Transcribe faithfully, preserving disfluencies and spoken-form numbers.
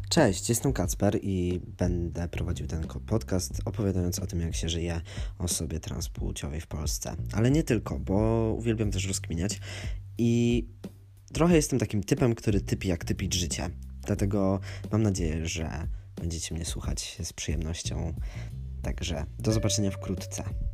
Cześć, jestem Kacper i będę prowadził ten ko- podcast opowiadając o tym, jak się żyje osobie transpłciowej w Polsce. Ale nie tylko, bo uwielbiam też rozkminiać i trochę jestem takim typem, który typi jak typić życie. Dlatego mam nadzieję, że będziecie mnie słuchać z przyjemnością. Także do zobaczenia wkrótce.